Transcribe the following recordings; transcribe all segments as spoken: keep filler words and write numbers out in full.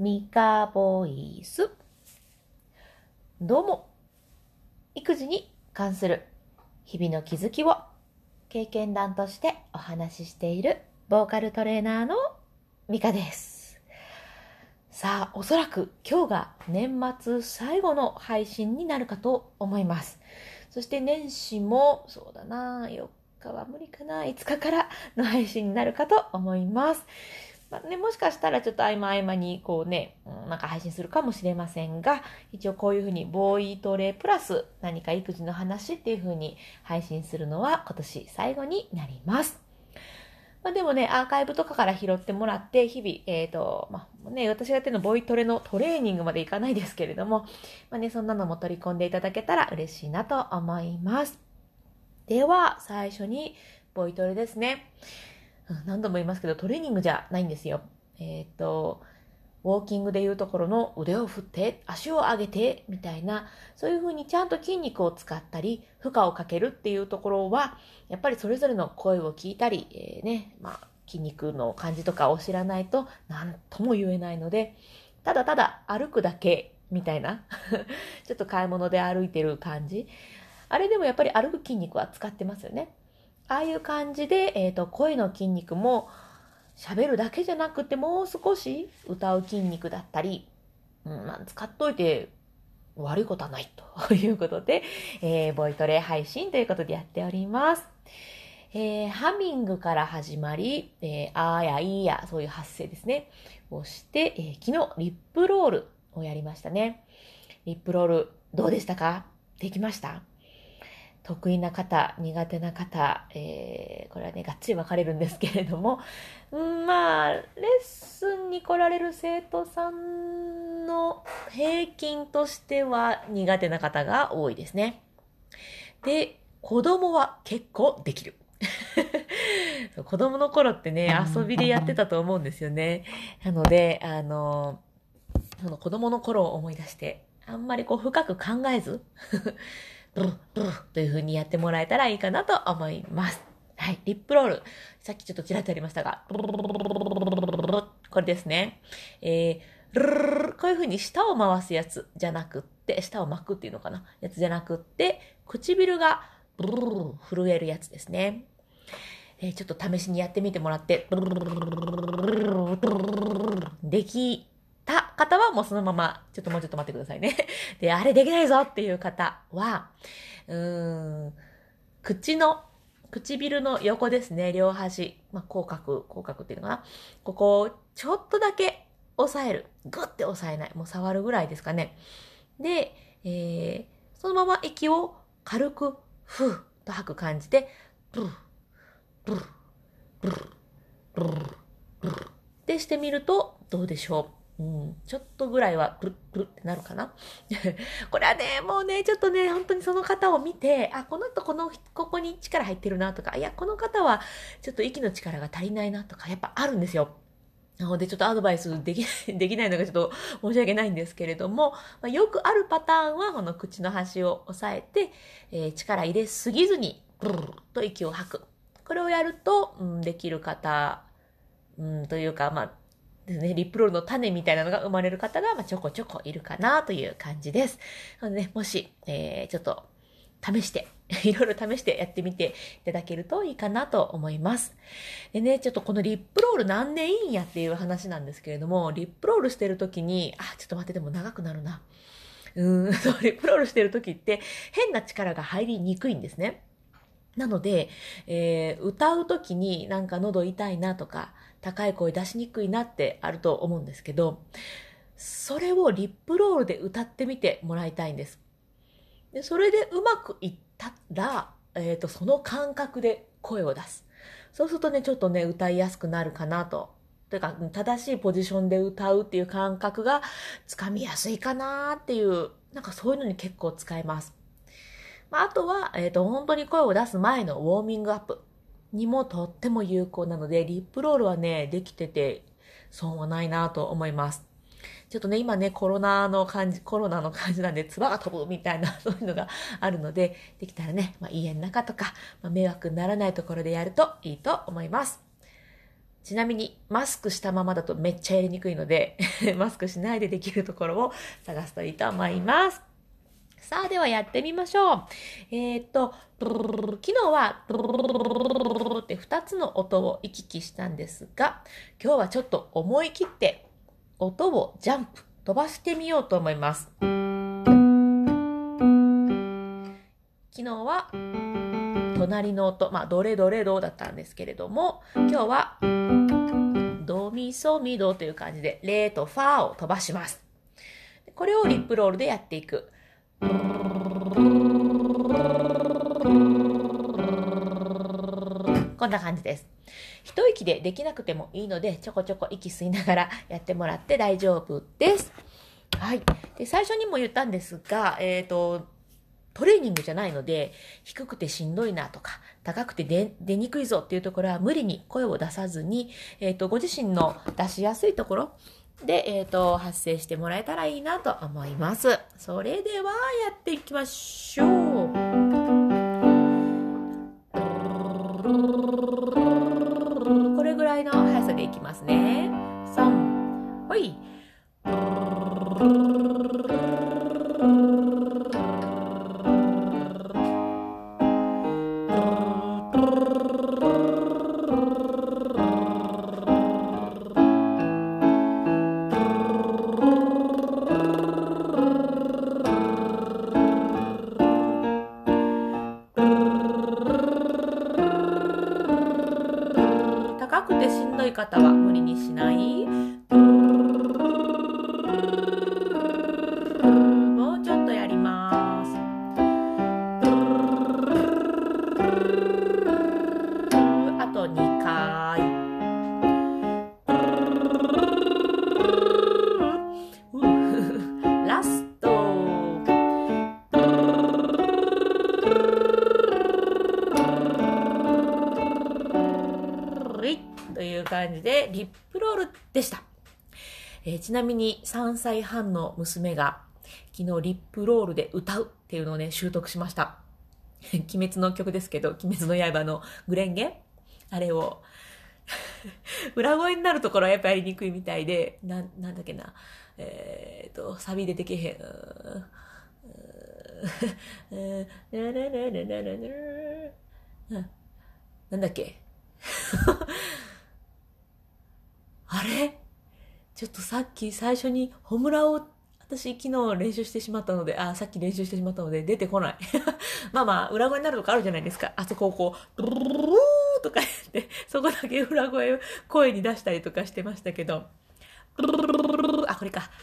ミカボイス。どうも、育児に関する日々の気づきを経験談としてお話ししているボーカルトレーナーのミカです。さあ、おそらく今日が年末最後の配信になるかと思います。そして年始もそうだな、よっかは無理かな、いつかからの配信になるかと思います。まあね、もしかしたらちょっと合間合間にこうね、なんか配信するかもしれませんが、一応こういうふうにボイトレプラス何か育児の話っていうふうに配信するのは今年最後になります。まあ、でもね、アーカイブとかから拾ってもらって、日々、えっと、まあね、私がやってるのボイトレのトレーニングまでいかないですけれども、まあね、そんなのも取り込んでいただけたら嬉しいなと思います。では、最初にボイトレですね。何度も言いますけど、トレーニングじゃないんですよ。えっと、ウォーキングでいうところの腕を振って、足を上げて、みたいな、そういうふうにちゃんと筋肉を使ったり、負荷をかけるっていうところは、やっぱりそれぞれの声を聞いたり、えー、ね、まあ、筋肉の感じとかを知らないと何とも言えないので、ただただ歩くだけ、みたいな、ちょっと買い物で歩いてる感じ。あれでもやっぱり歩く筋肉は使ってますよね。ああいう感じで、えっと、声の筋肉も喋るだけじゃなくてもう少し歌う筋肉だったり、うんまあ、使っといて悪いことはないということで、えー、ボイトレ配信ということでやっております。えー、ハミングから始まり、えー、あーやいーや、そういう発声ですね、をして、えー、昨日リップロールをやりましたね。リップロールどうでしたか？できました？得意な方、苦手な方、えー、これはね、がっちり分かれるんですけれども、んまあ、レッスンに来られる生徒さんの平均としては苦手な方が多いですね。で、子供は結構できる。子供の頃ってね、遊びでやってたと思うんですよね。なので、あの、その子供の頃を思い出して、あんまりこう深く考えず、ブルブルという風にやってもらえたらいいかなと思います。はい、リップロール。さっきちょっとちらっとやりましたが、これですね。えー、こういう風に舌を回すやつじゃなくって、舌を巻くっていうのかなやつじゃなくって、唇が震えるやつですね。えー、ちょっと試しにやってみてもらって、できた方はもうそのまま、ちょっともうちょっと待ってくださいね。で、あれできないぞっていう方は、うーん、口の、唇の横ですね、両端、まあ、口角、口角っていうのかな。ここをちょっとだけ押さえる。グッて押さえない。もう触るぐらいですかね。で、えー、そのまま息を軽く、ふーっと吐く感じで、ブルブルブルブルブルってしてみるとどうでしょう。うん、ちょっとぐらいはプルップルってなるかな。これはね、もうね、ちょっとね、本当にその方を見て、あ、この人この、ここに力入ってるなとか、いや、この方はちょっと息の力が足りないなとか、やっぱあるんですよ。なので、ちょっとアドバイスできない、できないのがちょっと申し訳ないんですけれども、まあ、よくあるパターンは、この口の端を押さえて、えー、力入れすぎずに、ブルルと息を吐く。これをやると、うん、できる方、うん、というか、まあ、ですね、リップロールの種みたいなのが生まれる方が、まあ、ちょこちょこいるかなという感じです。なので、ね、もし、えー、ちょっと試して、いろいろ試してやってみていただけるといいかなと思います。でね、ちょっとこのリップロールなんでいいんやっていう話なんですけれども、リップロールしてるときに、あ、ちょっと待って、でも長くなるな。うーん、そう、リップロールしてるときって変な力が入りにくいんですね。なので、えー、歌うときになんか喉痛いなとか、高い声出しにくいなってあると思うんですけど、それをリップロールで歌ってみてもらいたいんです。で、それでうまくいったら、えっと、その感覚で声を出す。そうするとね、ちょっとね、歌いやすくなるかなと。というか、正しいポジションで歌うっていう感覚がつかみやすいかなっていう、なんかそういうのに結構使えます。まあ、あとは、えっと、本当に声を出す前のウォーミングアップにもとっても有効なので、リップロールはね、できてて損はないなと思います。ちょっとね、今ね、コロナの感じ、コロナの感じなんで、唾が飛ぶみたいな、そういうのがあるので、できたらね、まあ、家の中とか、まあ、迷惑にならないところでやるといいと思います。 ちなみにマスクしたままだとめっちゃやりにくいのでマスクしないでできるところを探すといいと思います。さあ、ではやってみましょう。えー、っと、昨日はってふたつの音を行き来したんですが、今日はちょっと思い切って音をジャンプ、飛ばしてみようと思います。昨日は隣の音、まあ、ドレドレドだったんですけれども、今日はドミソミドという感じで、レとファを飛ばします。これをリップロールでやっていく。こんな感じです。一息でできなくてもいいので、ちょこちょこ息吸いながらやってもらって大丈夫です。はい。で、最初にも言ったんですが、えっと、トレーニングじゃないので、低くてしんどいなとか、高くて 出, 出にくいぞっていうところは無理に声を出さずに、えっと、ご自身の出しやすいところで、えっと、発声してもらえたらいいなと思います。それではやっていきましょう。これぐらいの速さでいきますね。さん、ほい。高くてしんどい方は無理にしない。もうちょっとやります。あとにかい。ラスト。という感じでリップロールでした。えー、ちなみにさんさいはんの娘が昨日リップロールで歌うっていうのをね習得しました。鬼滅の曲ですけど、鬼滅の刃のグレンゲあれを裏声になるところはやっぱやりにくいみたいで、な、なんだっけな、えー、っとサビ出てけへん。なんだっけあれちょっとさっき最初にホムラを私昨日練習してしまったので、あ、さっき練習してしまったので出てこない。まあまあ、裏声になるとこあるじゃないですか。あそこをこう、ドゥルルルルーとか言って、そこだけ裏声を声に出したりとかしてましたけど、あ、これか。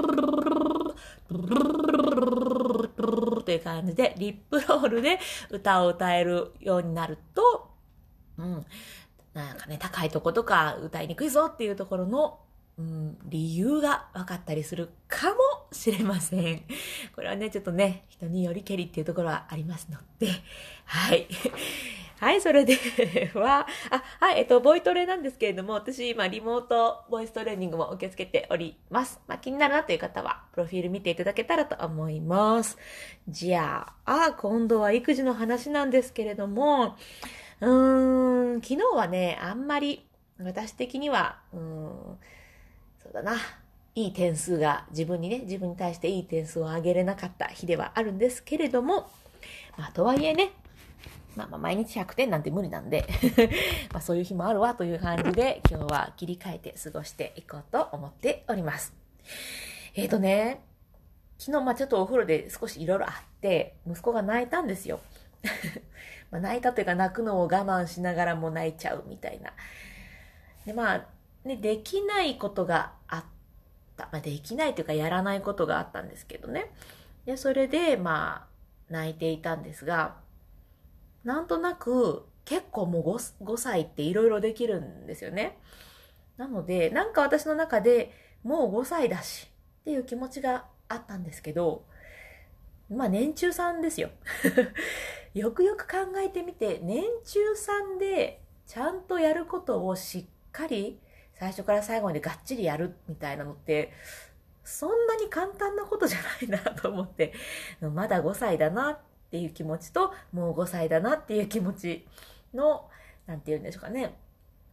っていう感じで、リップロールで歌を歌えるようになると、うん、なんかね、高いとことか歌いにくいぞっていうところの、うん、理由が分かったりするかもしれません。これはね、ちょっとね、人によりけりっていうところはありますので、はい。はい、それでは、あ、はい、えっと、ボイトレなんですけれども、私、今、リモートボイストレーニングも受け付けております。まあ、気になるなという方は、プロフィール見ていただけたらと思います。じゃあ、あ、今度は育児の話なんですけれども、うーん、昨日はね、あんまり、私的には、うーん、そうだな、いい点数が自分にね、自分に対していい点数を上げれなかった日ではあるんですけれども、まあ、とはいえね、まあまあ毎日ひゃくてんなんて無理なんでまあそういう日もあるわという感じで今日は切り替えて過ごしていこうと思っております。えーとね、昨日まあちょっとお風呂で少しいろいろあって息子が泣いたんですよ。まあ泣いたというか泣くのを我慢しながらも泣いちゃうみたいな。でまあね、できないことがあった。まあできないというかやらないことがあったんですけどね。でそれでまあ泣いていたんですが、なんとなく結構もう 5, ごさいっていろいろできるんですよね。なのでなんか私の中でもうごさいだしっていう気持ちがあったんですけど、まあ年中さんですよ。よくよく考えてみて、年中さんでちゃんとやることをしっかり最初から最後までがっちりやるみたいなのってそんなに簡単なことじゃないなと思って、まだごさいだなっていう気持ちと、もうごさいだなっていう気持ちの、なんて言うんでしょうかね。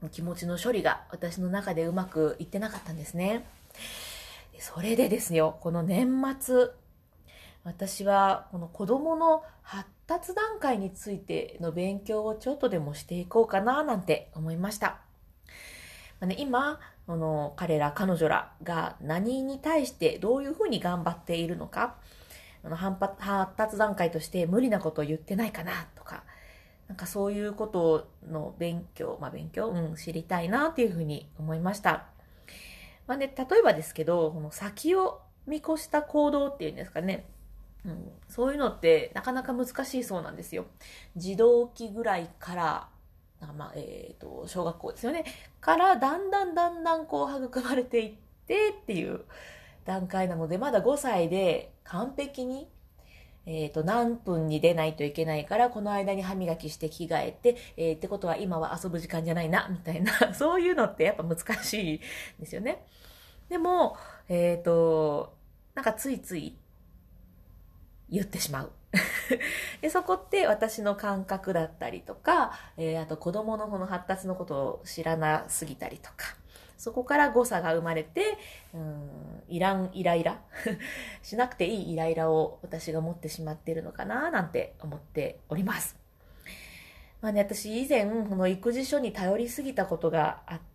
気持ちの処理が私の中でうまくいってなかったんですね。それでですよ、この年末、私はこの子供の発達段階についての勉強をちょっとでもしていこうかななんて思いました。まあね、今、この彼ら彼女らが何に対してどういうふうに頑張っているのか、あの発達段階として無理なことを言ってないかなとか、なんかそういうことの勉強、まあ勉強、うん、知りたいなっていうふうに思いました。まあね、例えばですけど、この先を見越した行動っていうんですかね、うん、そういうのってなかなか難しいそうなんですよ。児童期ぐらいから、まあ、えっと、小学校ですよね。から、だんだんだんだんこう育まれていってっていう段階なので、まだごさいで完璧に、えっと、何分に出ないといけないから、この間に歯磨きして着替えて、えー、ってことは今は遊ぶ時間じゃないな、みたいな、そういうのってやっぱ難しいですよね。でも、えっと、なんかついつい言ってしまう。でそこって私の感覚だったりとか、えー、あと子供のこの発達のことを知らなすぎたりとか、そこから誤差が生まれて、うーん、いらんイライラしなくていいイライラを私が持ってしまっているのかななんて思っております。まあね、私以前この育児書に頼りすぎたことがあって、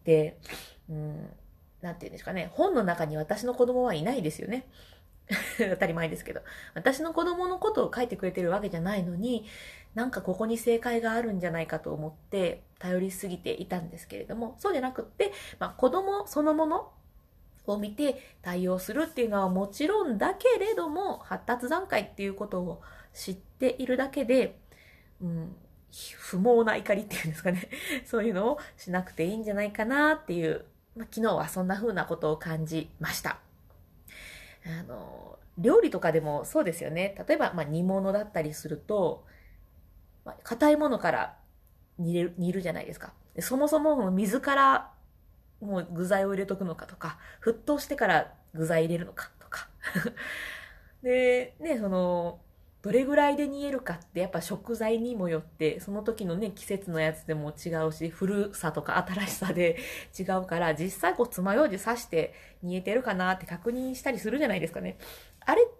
うん、なんていうんですかね、本の中に私の子供はいないですよね。当たり前ですけど。私の子供のことを書いてくれてるわけじゃないのに、なんかここに正解があるんじゃないかと思って頼りすぎていたんですけれども、そうじゃなくって、まあ、子供そのものを見て対応するっていうのはもちろんだけれども、発達段階っていうことを知っているだけで、うん、不毛な怒りっていうんですかね。そういうのをしなくていいんじゃないかなっていう、まあ、昨日はそんな風なことを感じました。あの料理とかでもそうですよね。例えば、まあ、煮物だったりすると、まあ、硬いものから煮る煮るじゃないですか。でそもそも水からもう具材を入れとくのかとか、沸騰してから具材入れるのかとか。で、ね、その、どれぐらいで煮えるかってやっぱ食材にもよって、その時のね、季節のやつでも違うし、古さとか新しさで違うから、実際こう爪楊枝刺して煮えてるかなって確認したりするじゃないですかね。あれって、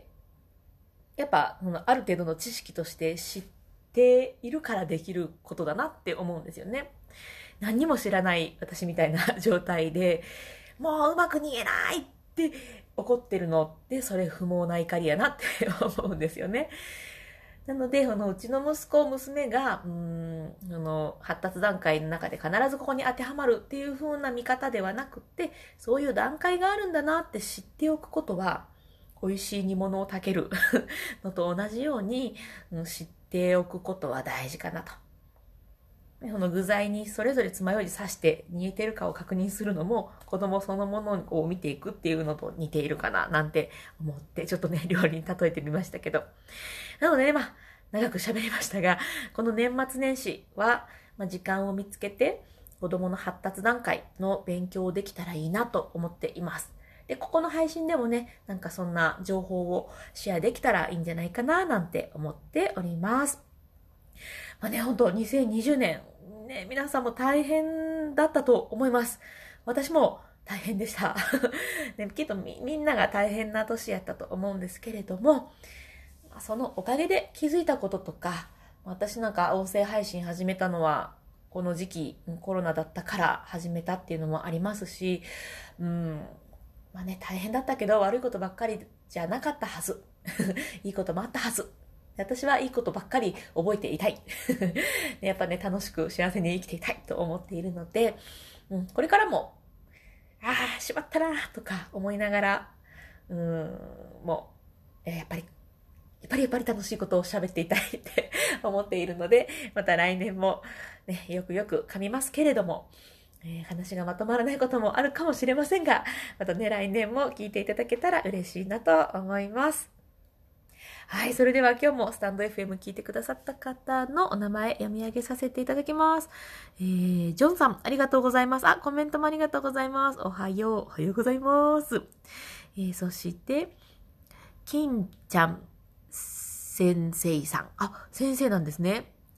やっぱ、ある程度の知識として知っているからできることだなって思うんですよね。何にも知らない私みたいな状態で、もううまく煮えないって怒ってるのって、それ不毛な怒りやなって思うんですよね。なので、のうちの息子、娘が、うーん、その発達段階の中で必ずここに当てはまるっていう風な見方ではなくて、そういう段階があるんだなって知っておくことは、美味しい煮物を炊けるのと同じように、うん、知っておくことは大事かなと。その具材にそれぞれ爪楊枝刺して煮えてるかを確認するのも子供そのものを見ていくっていうのと似ているかななんて思ってちょっとね料理に例えてみましたけど、なのでね、まあ長く喋りましたが、この年末年始は、まあ、時間を見つけて子供の発達段階の勉強をできたらいいなと思っています。で、ここの配信でもね、なんかそんな情報をシェアできたらいいんじゃないかななんて思っております。まあね、本当にせんにじゅうねん、ね、皆さんも大変だったと思います。私も大変でした。ね、きっと み, みんなが大変な年やったと思うんですけれども、そのおかげで気づいたこととか、私なんか音声配信始めたのは、この時期コロナだったから始めたっていうのもありますし、うん、まあね、大変だったけど悪いことばっかりじゃなかったはず。いいこともあったはず。私はいいことばっかり覚えていたい。やっぱね、楽しく幸せに生きていたいと思っているので、うん、これからも、ああ、しまったなとか思いながら、うーん、もう、やっぱり、やっぱりやっぱり楽しいことを喋っていたいって思っているので、また来年も、ね、よくよく噛みますけれども、えー、話がまとまらないこともあるかもしれませんが、またね、来年も聞いていただけたら嬉しいなと思います。はい、それでは今日もスタンド エフエム 聞いてくださった方のお名前読み上げさせていただきます。えー、ジョンさん、ありがとうございます。あ、コメントもありがとうございます。おはよう、おはようございます。えー、そして、金ちゃん先生さん。あ、先生なんですね。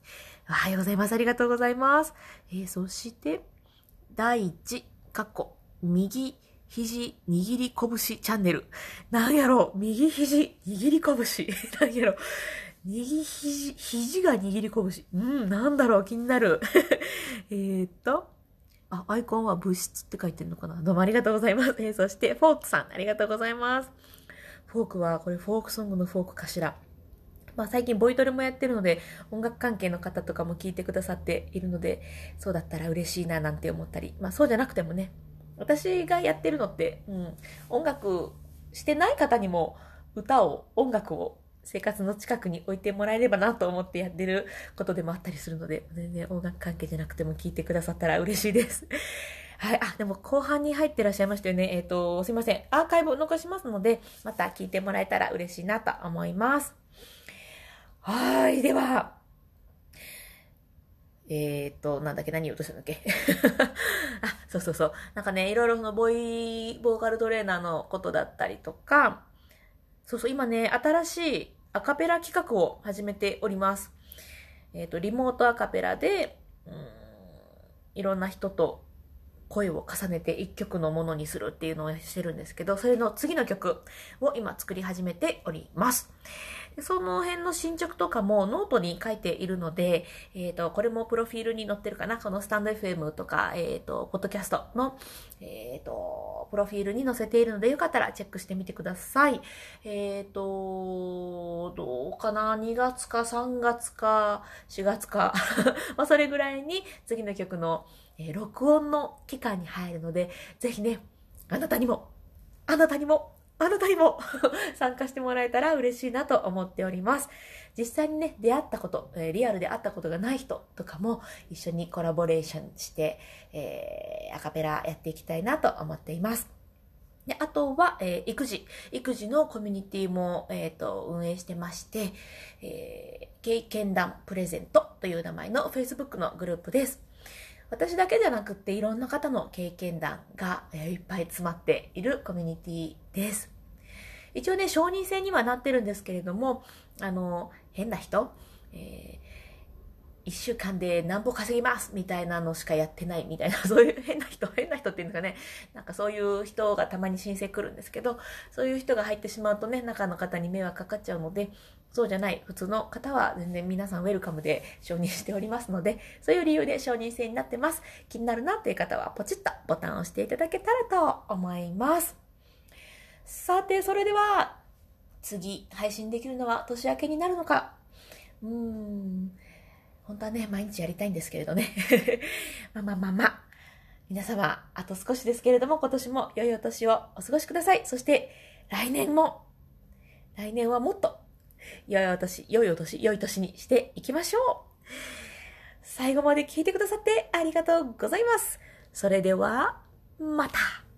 おはようございます。ありがとうございます。えー、そして、第一、かっこ、右肘握り拳チャンネル。なんやろ右肘握り拳。なんやろ右肘、肘が握り拳。うん、なんだろう気になる。えっと、あ、アイコンは物質って書いてるのかな。どうもありがとうございます。えー、そして、フォークさん、ありがとうございます。フォークは、これフォークソングのフォークかしら。まあ最近ボイトレもやってるので、音楽関係の方とかも聞いてくださっているので、そうだったら嬉しいななんて思ったり、まあそうじゃなくてもね、私がやってるのって、うん、音楽してない方にも歌を、音楽を生活の近くに置いてもらえればなと思ってやってることでもあったりするので、全然音楽関係じゃなくても聞いてくださったら嬉しいです。はい。あ、でも後半に入ってらっしゃいましたよね。えっと、すいません。アーカイブを残しますので、また聞いてもらえたら嬉しいなと思います。はい。では、えーっと、なんだっけ、何言おうとしたんだっけ。あ、そうそうそう。なんかね、いろいろそのボイ、ボーカルトレーナーのことだったりとか、そうそう、今ね、新しいアカペラ企画を始めております。えーっと、リモートアカペラで、うーん、いろんな人と声を重ねて一曲のものにするっていうのをしてるんですけど、それの次の曲を今作り始めております。その辺の進捗とかもノートに書いているので、えっと、これもプロフィールに載ってるかな。このスタンド エフエム とか、えっと、ポッドキャストの、えっと、プロフィールに載せているので、よかったらチェックしてみてください。えっと、どうかな ?に 月かさんがつかしがつか。まあ、それぐらいに次の曲の、えー、録音の期間に入るので、ぜひね、あなたにも、あなたにも、あなたにも参加してもらえたら嬉しいなと思っております。実際にね、出会ったこと、リアルで会ったことがない人とかも一緒にコラボレーションして、えー、アカペラやっていきたいなと思っています。であとは、えー、育児。育児のコミュニティも、えー、と運営してまして、えー、経験談プレゼントという名前の Facebook のグループです。私だけじゃなくっていろんな方の経験談がいっぱい詰まっているコミュニティです。一応ね、承認制にはなってるんですけれども、あの、変な人、えー一週間で何歩稼ぎますみたいなのしかやってないみたいな、そういう変な人、変な人っていうんですかね、なんかそういう人がたまに申請来るんですけど、そういう人が入ってしまうとね、中の方に迷惑かかっちゃうので、そうじゃない普通の方は全然皆さんウェルカムで承認しておりますので、そういう理由で承認制になってます。気になるなという方はポチッとボタンを押していただけたらと思います。さて、それでは次配信できるのは年明けになるのか。うーん本当はね、毎日やりたいんですけれどね。まあまあまあまあ。皆様、あと少しですけれども、今年も良いお年をお過ごしください。そして、来年も、来年はもっと、良いお年、良いお年、良い年にしていきましょう。最後まで聞いてくださってありがとうございます。それでは、また。